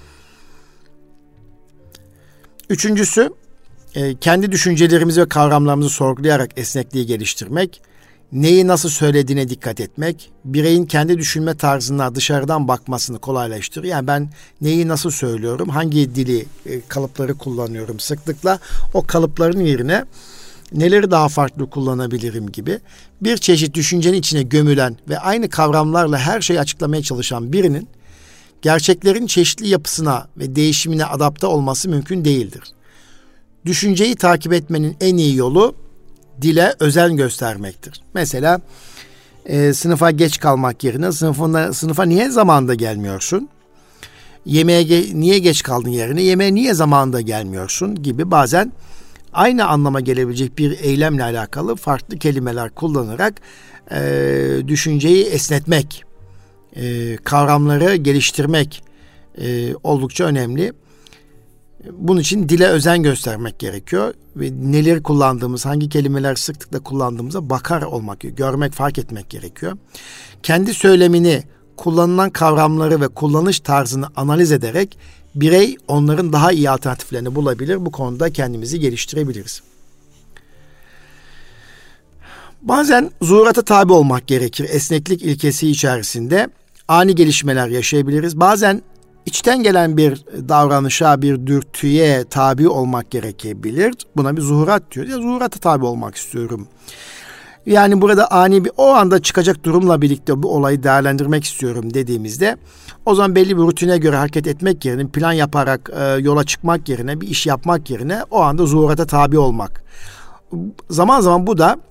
Üçüncüsü, kendi düşüncelerimizi ve kavramlarımızı sorgulayarak esnekliği geliştirmek, neyi nasıl söylediğine dikkat etmek, bireyin kendi düşünme tarzına dışarıdan bakmasını kolaylaştırır. Yani ben neyi nasıl söylüyorum, hangi dili, kalıpları kullanıyorum sıklıkla, o kalıpların yerine neleri daha farklı kullanabilirim gibi bir çeşit düşüncenin içine gömülen ve aynı kavramlarla her şeyi açıklamaya çalışan birinin gerçeklerin çeşitli yapısına ve değişimine adapte olması mümkün değildir. Düşünceyi takip etmenin en iyi yolu dile özen göstermektir. Mesela sınıfa geç kalmak yerine sınıfa niye zamanında gelmiyorsun? Yemeğe niye geç kaldın yerine yemeğe niye zamanında gelmiyorsun gibi bazen aynı anlama gelebilecek bir eylemle alakalı farklı kelimeler kullanarak düşünceyi esnetmek, kavramları geliştirmek oldukça önemli. Bunun için dile özen göstermek gerekiyor ve neleri kullandığımız, hangi kelimeler sıklıkla kullandığımıza bakar olmak, görmek, fark etmek gerekiyor. Kendi söylemini, kullanılan kavramları ve kullanış tarzını analiz ederek birey onların daha iyi alternatiflerini bulabilir. Bu konuda kendimizi geliştirebiliriz. Bazen zuhurata tabi olmak gerekir. Esneklik ilkesi içerisinde ani gelişmeler yaşayabiliriz. Bazen İçten gelen bir davranışa, bir dürtüye tabi olmak gerekebilir. Buna bir zuhurat diyor. Ya zuhurata tabi olmak istiyorum. Yani burada ani bir o anda çıkacak durumla birlikte bu olayı değerlendirmek istiyorum dediğimizde o zaman belli bir rutine göre hareket etmek yerine plan yaparak yola çıkmak yerine bir iş yapmak yerine o anda zuhurata tabi olmak. Zaman zaman bu da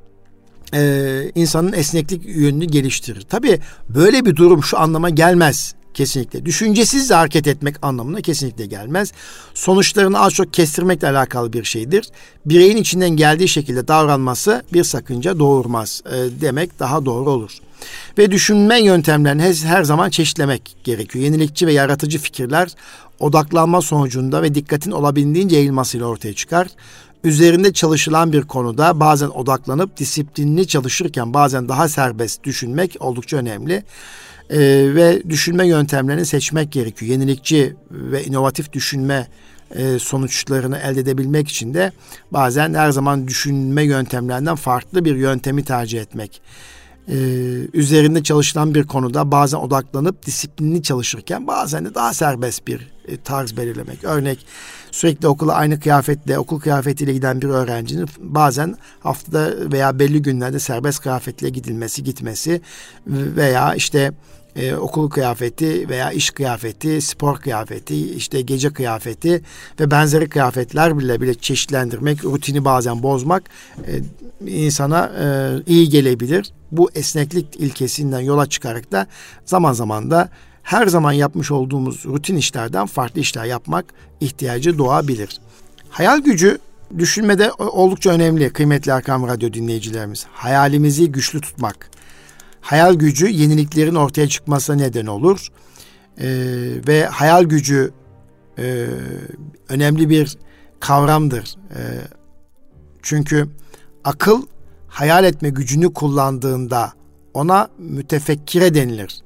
insanın esneklik yönünü geliştirir. Tabii böyle bir durum şu anlama gelmez. Kesinlikle. Düşüncesiz de hareket etmek anlamına kesinlikle gelmez. Sonuçlarını az çok kestirmekle alakalı bir şeydir. Bireyin içinden geldiği şekilde davranması bir sakınca doğurmaz demek daha doğru olur. Ve düşünme yöntemlerini her zaman çeşitlemek gerekiyor. Yenilikçi ve yaratıcı fikirler odaklanma sonucunda ve dikkatin olabildiğince eğilmesiyle ortaya çıkar. Üzerinde çalışılan bir konuda bazen odaklanıp disiplinli çalışırken bazen daha serbest düşünmek oldukça önemli. Ve düşünme yöntemlerini seçmek gerekiyor. Yenilikçi ve inovatif düşünme sonuçlarını elde edebilmek için de bazen her zaman düşünme yöntemlerinden farklı bir yöntemi tercih etmek. Üzerinde çalışılan bir konuda bazen odaklanıp disiplinli çalışırken bazen de daha serbest bir tarz belirlemek. Örnek sürekli okula aynı kıyafetle, okul kıyafetiyle giden bir öğrencinin bazen haftada veya belli günlerde serbest kıyafetle gitmesi veya işte okul kıyafeti veya iş kıyafeti, spor kıyafeti, işte gece kıyafeti ve benzeri kıyafetler bile çeşitlendirmek, rutini bazen bozmak insana iyi gelebilir. Bu esneklik ilkesinden yola çıkarak da zaman zaman da her zaman yapmış olduğumuz rutin işlerden farklı işler yapmak ihtiyacı doğabilir. Hayal gücü düşünmede oldukça önemli kıymetli Erkam Radyo dinleyicilerimiz. Hayalimizi güçlü tutmak. Hayal gücü yeniliklerin ortaya çıkmasına neden olur. Ve hayal gücü önemli bir kavramdır. Çünkü akıl hayal etme gücünü kullandığında ona mütefekkire denilir.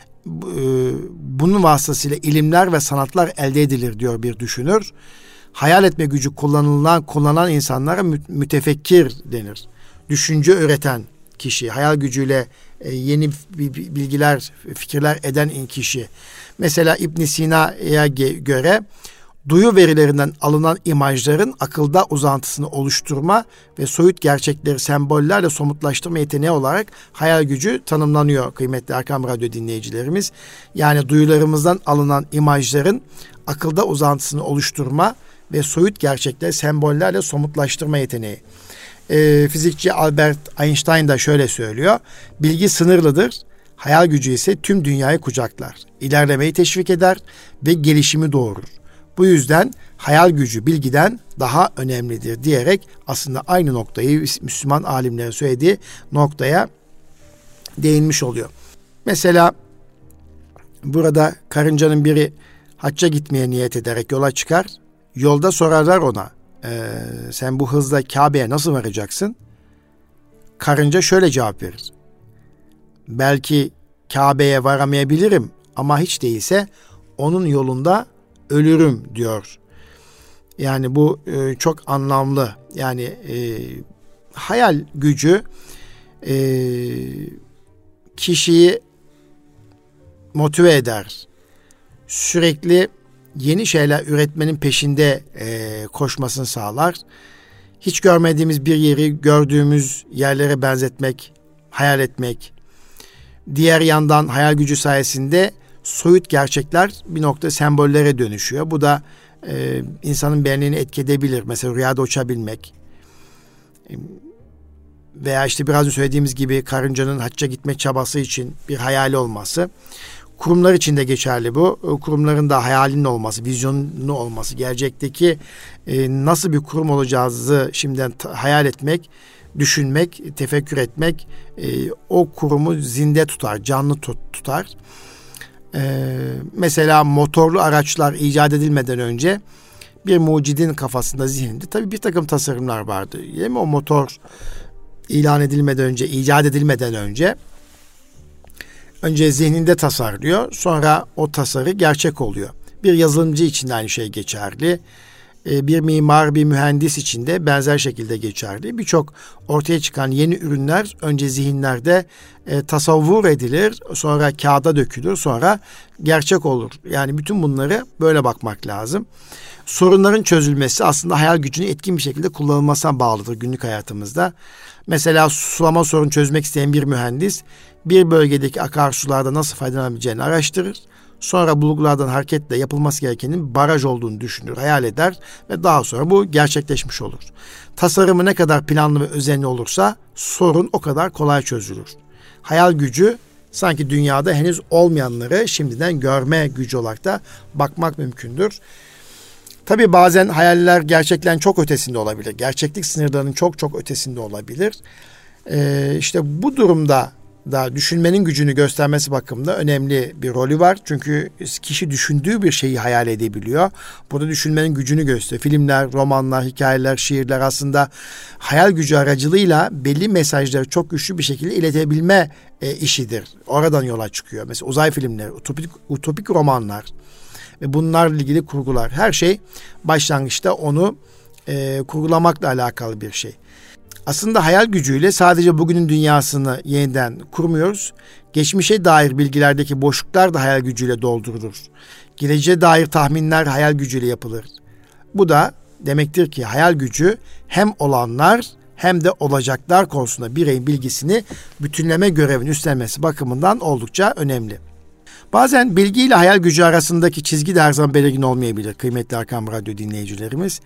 Bunun vasıtasıyla ilimler ve sanatlar elde edilir diyor bir düşünür. Hayal etme gücü kullanan insanlara mütefekkir denir. Düşünce üreten kişi, hayal gücüyle yeni bilgiler, fikirler eden kişi. Mesela İbn Sina'ya göre duyu verilerinden alınan imajların akılda uzantısını oluşturma ve soyut gerçekleri sembollerle somutlaştırma yeteneği olarak hayal gücü tanımlanıyor kıymetli Erkam Radyo dinleyicilerimiz. Yani duyularımızdan alınan imajların akılda uzantısını oluşturma ve soyut gerçekleri sembollerle somutlaştırma yeteneği. Fizikçi Albert Einstein da şöyle söylüyor. Bilgi sınırlıdır, hayal gücü ise tüm dünyayı kucaklar, ilerlemeyi teşvik eder ve gelişimi doğurur. Bu yüzden hayal gücü bilgiden daha önemlidir diyerek aslında aynı noktayı Müslüman alimlerin söylediği noktaya değinmiş oluyor. Mesela burada karıncanın biri hacca gitmeye niyet ederek yola çıkar. Yolda sorarlar ona, sen bu hızla Kabe'ye nasıl varacaksın? Karınca şöyle cevap verir: belki Kabe'ye varamayabilirim ama hiç değilse onun yolunda ölürüm diyor. Yani bu çok anlamlı. Yani hayal gücü kişiyi motive eder. Sürekli yeni şeyler üretmenin peşinde koşmasını sağlar. Hiç görmediğimiz bir yeri gördüğümüz yerlere benzetmek, hayal etmek. Diğer yandan hayal gücü sayesinde soyut gerçekler bir nokta sembollere dönüşüyor. Bu da insanın beynini etki edebilir. Mesela rüyada uçabilmek. Veya işte biraz önce söylediğimiz gibi karıncanın hacca gitme çabası için bir hayali olması. Kurumlar için de geçerli bu. Kurumların da hayalinin olması, vizyonlu olması, gelecekteki nasıl bir kurum olacağımızı şimdiden hayal etmek, düşünmek, tefekkür etmek o kurumu zinde tutar, canlı tutar. Mesela motorlu araçlar icat edilmeden önce bir mucidin kafasında, zihninde tabii bir takım tasarımlar vardı. Değil mi? O motor icat edilmeden önce zihninde tasarlıyor, sonra o tasarı gerçek oluyor. Bir yazılımcı için de aynı şey geçerli. Bir mimar, bir mühendis için de benzer şekilde geçerli. Birçok ortaya çıkan yeni ürünler önce zihinlerde tasavvur edilir, sonra kağıda dökülür, sonra gerçek olur. Yani bütün bunları böyle bakmak lazım. Sorunların çözülmesi aslında hayal gücünün etkin bir şekilde kullanılmasına bağlıdır günlük hayatımızda. Mesela sulama sorunu çözmek isteyen bir mühendis bir bölgedeki akarsularda nasıl faydalanabileceğini araştırır. Sonra bulgulardan hareketle yapılması gerekenin baraj olduğunu düşünür, hayal eder ve daha sonra bu gerçekleşmiş olur. Tasarımı ne kadar planlı ve özenli olursa sorun o kadar kolay çözülür. Hayal gücü sanki dünyada henüz olmayanları şimdiden görme gücü olarak da bakmak mümkündür. Tabii bazen hayaller gerçekten çok ötesinde olabilir. Gerçeklik sınırlarının çok çok ötesinde olabilir. İşte bu durumda da düşünmenin gücünü göstermesi bakımında önemli bir rolü var. Çünkü kişi düşündüğü bir şeyi hayal edebiliyor. Burada düşünmenin gücünü gösteriyor. Filmler, romanlar, hikayeler, şiirler aslında hayal gücü aracılığıyla belli mesajları çok güçlü bir şekilde iletebilme işidir. Oradan yola çıkıyor. Mesela uzay filmleri, utopik romanlar ve bunlarla ilgili kurgular. Her şey başlangıçta onu kurgulamakla alakalı bir şey. Aslında hayal gücüyle sadece bugünün dünyasını yeniden kurmuyoruz. Geçmişe dair bilgilerdeki boşluklar da hayal gücüyle doldurulur. Geleceğe dair tahminler hayal gücüyle yapılır. Bu da demektir ki hayal gücü hem olanlar hem de olacaklar konusunda bireyin bilgisini bütünleme görevini üstlenmesi bakımından oldukça önemli. Bazen bilgi ile hayal gücü arasındaki çizgi de her zaman belirgin olmayabilir kıymetli Erkam Radyo dinleyicilerimiz.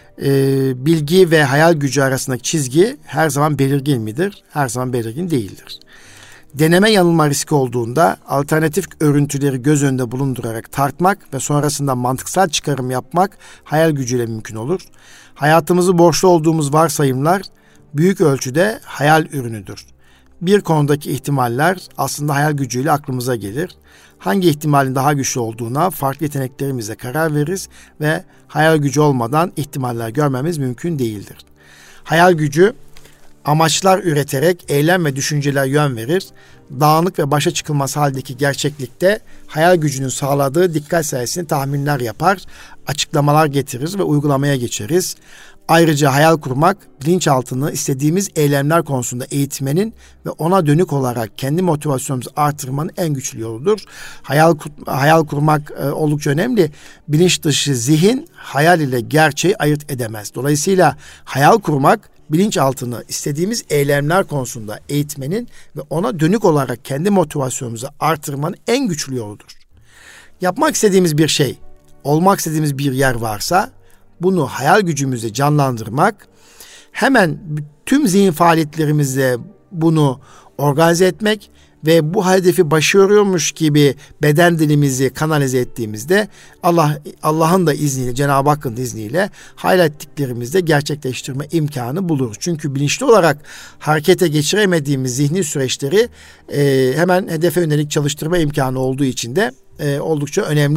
Bilgi ve hayal gücü arasındaki çizgi her zaman belirgin midir? Her zaman belirgin değildir. Deneme yanılma riski olduğunda alternatif örüntüleri göz önünde bulundurarak tartmak ve sonrasında mantıksal çıkarım yapmak hayal gücüyle mümkün olur. Hayatımızı borçlu olduğumuz varsayımlar büyük ölçüde hayal ürünüdür. Bir konudaki ihtimaller aslında hayal gücüyle aklımıza gelir. Hangi ihtimalin daha güçlü olduğuna farklı yeteneklerimizle karar veririz ve hayal gücü olmadan ihtimaller görmemiz mümkün değildir. Hayal gücü amaçlar üreterek eylem ve düşünceler yön verir. Dağınık ve başa çıkılmaz haldeki gerçeklikte hayal gücünün sağladığı dikkat sayesinde tahminler yapar, açıklamalar getirir ve uygulamaya geçeriz. Ayrıca hayal kurmak, bilinçaltını istediğimiz eylemler konusunda eğitmenin ve ona dönük olarak kendi motivasyonumuzu artırmanın en güçlü yoludur. Hayal kurmak oldukça önemli. Bilinç dışı zihin hayal ile gerçeği ayırt edemez. Dolayısıyla hayal kurmak, bilinçaltını istediğimiz eylemler konusunda eğitmenin ve ona dönük olarak kendi motivasyonumuzu artırmanın en güçlü yoludur. Yapmak istediğimiz bir şey, olmak istediğimiz bir yer varsa bunu hayal gücümüzle canlandırmak, hemen tüm zihin faaliyetlerimizle bunu organize etmek ve bu hedefi başarıyormuş gibi beden dilimizi kanalize ettiğimizde Allah'ın da izniyle, Cenab-ı Hakk'ın da izniyle hayal ettiklerimizde gerçekleştirme imkanı buluruz. Çünkü bilinçli olarak harekete geçiremediğimiz zihni süreçleri hemen hedefe yönelik çalıştırma imkanı olduğu için de oldukça önemli.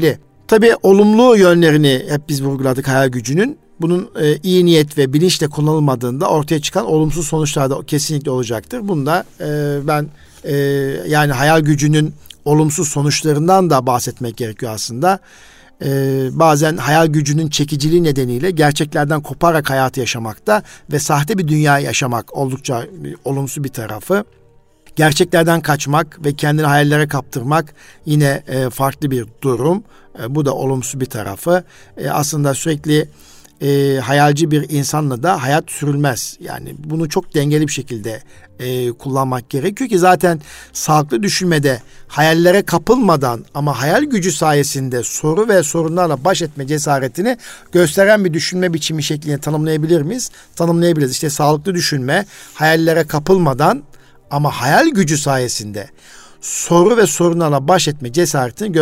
Tabii olumlu yönlerini hep biz vurguladık hayal gücünün. Bunun iyi niyet ve bilinçle kullanılmadığında ortaya çıkan olumsuz sonuçlar da kesinlikle olacaktır. Bunda ben yani hayal gücünün olumsuz sonuçlarından da bahsetmek gerekiyor aslında. Bazen hayal gücünün çekiciliği nedeniyle gerçeklerden koparak hayatı yaşamakta ve sahte bir dünya yaşamak oldukça olumsuz bir tarafı. Gerçeklerden kaçmak ve kendini hayallere kaptırmak yine farklı bir durum. Bu da olumsuz bir tarafı. Aslında sürekli hayalci bir insanla da hayat sürülmez. Yani bunu çok dengeli bir şekilde kullanmak gerekiyor ki zaten sağlıklı düşünmede hayallere kapılmadan ama hayal gücü sayesinde soru ve sorunlarla baş etme cesaretini gösteren bir düşünme biçimi şeklinde tanımlayabilir miyiz? Tanımlayabiliriz. İşte sağlıklı düşünme hayallere kapılmadan ama hayal gücü sayesinde soru ve sorunlarla baş etme cesaretini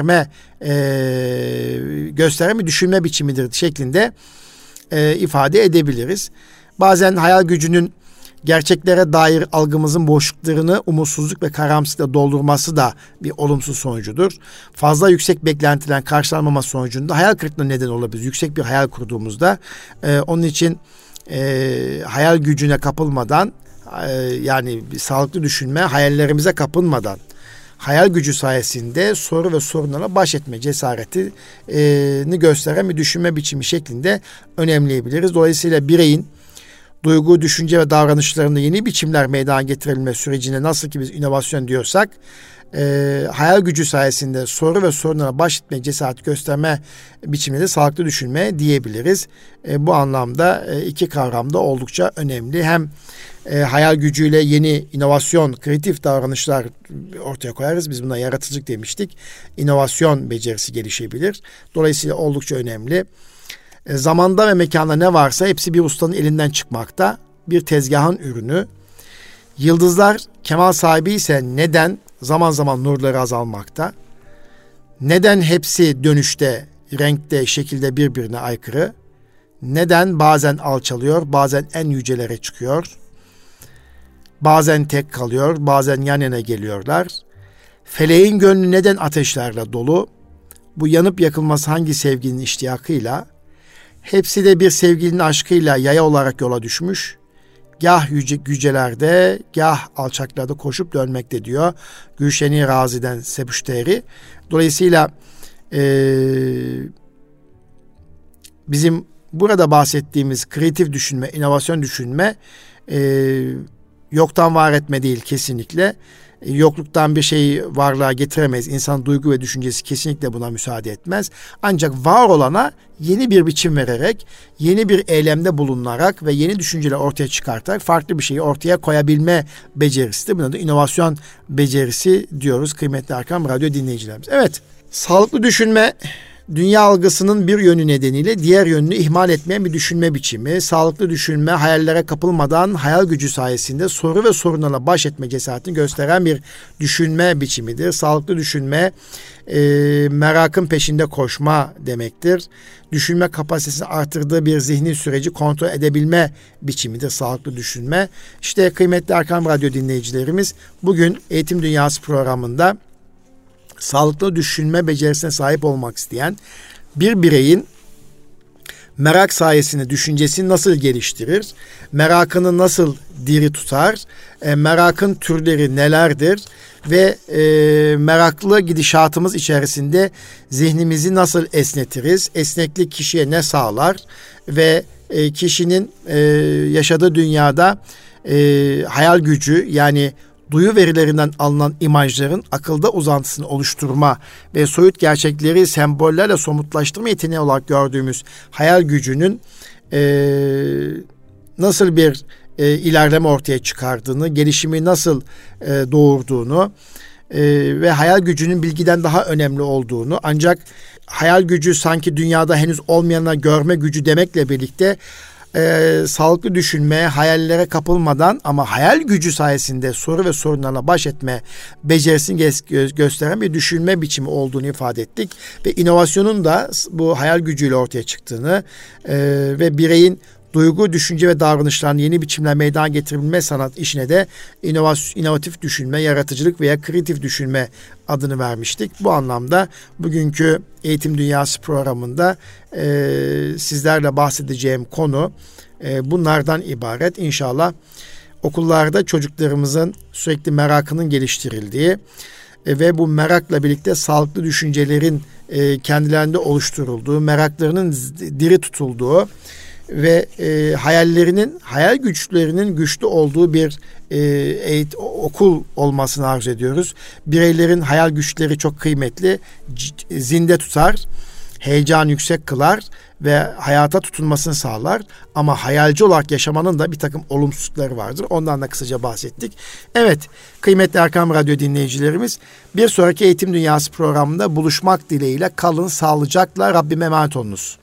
gösteren bir düşünme biçimidir şeklinde ifade edebiliriz. Bazen hayal gücünün gerçeklere dair algımızın boşluklarını umutsuzluk ve karamsızlıkla doldurması da bir olumsuz sonucudur. Fazla yüksek beklentilerin karşılanmaması sonucunda hayal kırıklığına neden olabilir. Yüksek bir hayal kurduğumuzda onun için hayal gücüne kapılmadan yani sağlıklı düşünme, hayallerimize kapılmadan hayal gücü sayesinde soru ve sorunlarla baş etme cesaretini gösteren bir düşünme biçimi şeklinde önemleyebiliriz. Dolayısıyla bireyin duygu, düşünce ve davranışlarında yeni biçimler meydana getirilme sürecine nasıl ki biz inovasyon diyorsak, hayal gücü sayesinde soru ve sorunlara baş etme cesareti gösterme biçiminde de sağlıklı düşünme diyebiliriz. Bu anlamda iki kavram da oldukça önemli. Hem hayal gücüyle yeni inovasyon, kreatif davranışlar ortaya koyarız. Biz buna yaratıcılık demiştik. İnovasyon becerisi gelişebilir. Dolayısıyla oldukça önemli. Zamanda ve mekanda ne varsa hepsi bir ustanın elinden çıkmakta. Bir tezgahın ürünü. Yıldızlar kemal sahibi ise neden zaman zaman nurları azalmakta? Neden hepsi dönüşte, renkte, şekilde birbirine aykırı? Neden bazen alçalıyor, bazen en yücelere çıkıyor? Bazen tek kalıyor, bazen yan yana geliyorlar. Feleğin gönlü neden ateşlerle dolu? Bu yanıp yakılması hangi sevginin iştiyakıyla? Hepsi de bir sevgilinin aşkıyla yaya olarak yola düşmüş. Gah yücelerde, gah alçaklarda koşup dönmekte diyor Gülşen-i Razi'den Sebüşteri. Dolayısıyla bizim burada bahsettiğimiz kreatif düşünme, inovasyon düşünme yoktan var etme değil kesinlikle. Yokluktan bir şeyi varlığa getiremeyiz. İnsan duygu ve düşüncesi kesinlikle buna müsaade etmez. Ancak var olana yeni bir biçim vererek, yeni bir eylemde bulunarak ve yeni düşünceler ortaya çıkartarak farklı bir şeyi ortaya koyabilme becerisidir. Buna da inovasyon becerisi diyoruz kıymetli Erkam Radyo dinleyicilerimiz. Evet, sağlıklı düşünme dünya algısının bir yönü nedeniyle diğer yönünü ihmal etmeyen bir düşünme biçimi. Sağlıklı düşünme, hayallere kapılmadan hayal gücü sayesinde soru ve sorunlarla baş etme cesaretini gösteren bir düşünme biçimidir. Sağlıklı düşünme, merakın peşinde koşma demektir. Düşünme kapasitesini artırdığı bir zihni süreci kontrol edebilme biçimidir sağlıklı düşünme. İşte kıymetli Erkam Radyo dinleyicilerimiz, bugün Eğitim Dünyası programında sağlıklı düşünme becerisine sahip olmak isteyen bir bireyin merak sayesinde düşüncesini nasıl geliştirir, merakını nasıl diri tutar, merakın türleri nelerdir ve meraklı gidişatımız içerisinde zihnimizi nasıl esnetiriz, esneklik kişiye ne sağlar ve kişinin yaşadığı dünyada hayal gücü, yani duyu verilerinden alınan imajların akılda uzantısını oluşturma ve soyut gerçekleri sembollerle somutlaştırma yeteneği olarak gördüğümüz hayal gücünün nasıl bir ilerleme ortaya çıkardığını, gelişimi nasıl doğurduğunu ve hayal gücünün bilgiden daha önemli olduğunu, ancak hayal gücü sanki dünyada henüz olmayanlar görme gücü demekle birlikte sağlıklı düşünme, hayallere kapılmadan ama hayal gücü sayesinde soru ve sorunlarla baş etme becerisini gösteren bir düşünme biçimi olduğunu ifade ettik. Ve inovasyonun da bu hayal gücüyle ortaya çıktığını ve bireyin duygu, düşünce ve davranışlarını yeni biçimler meydana getirebilme sanat işine de inovatif düşünme, yaratıcılık veya kreatif düşünme adını vermiştik. Bu anlamda bugünkü Eğitim Dünyası programında sizlerle bahsedeceğim konu bunlardan ibaret. İnşallah okullarda çocuklarımızın sürekli merakının geliştirildiği ve bu merakla birlikte sağlıklı düşüncelerin kendilerinde oluşturulduğu, meraklarının diri tutulduğu ve hayal güçlerinin güçlü olduğu bir okul olmasını arzu ediyoruz. Bireylerin hayal güçleri çok kıymetli, zinde tutar, heyecan yüksek kılar ve hayata tutunmasını sağlar. Ama hayalci olarak yaşamanın da bir takım olumsuzlukları vardır. Ondan da kısaca bahsettik. Evet, kıymetli Erkam Radyo dinleyicilerimiz, bir sonraki Eğitim Dünyası programında buluşmak dileğiyle kalın sağlıcakla, Rabbime emanet olunuz.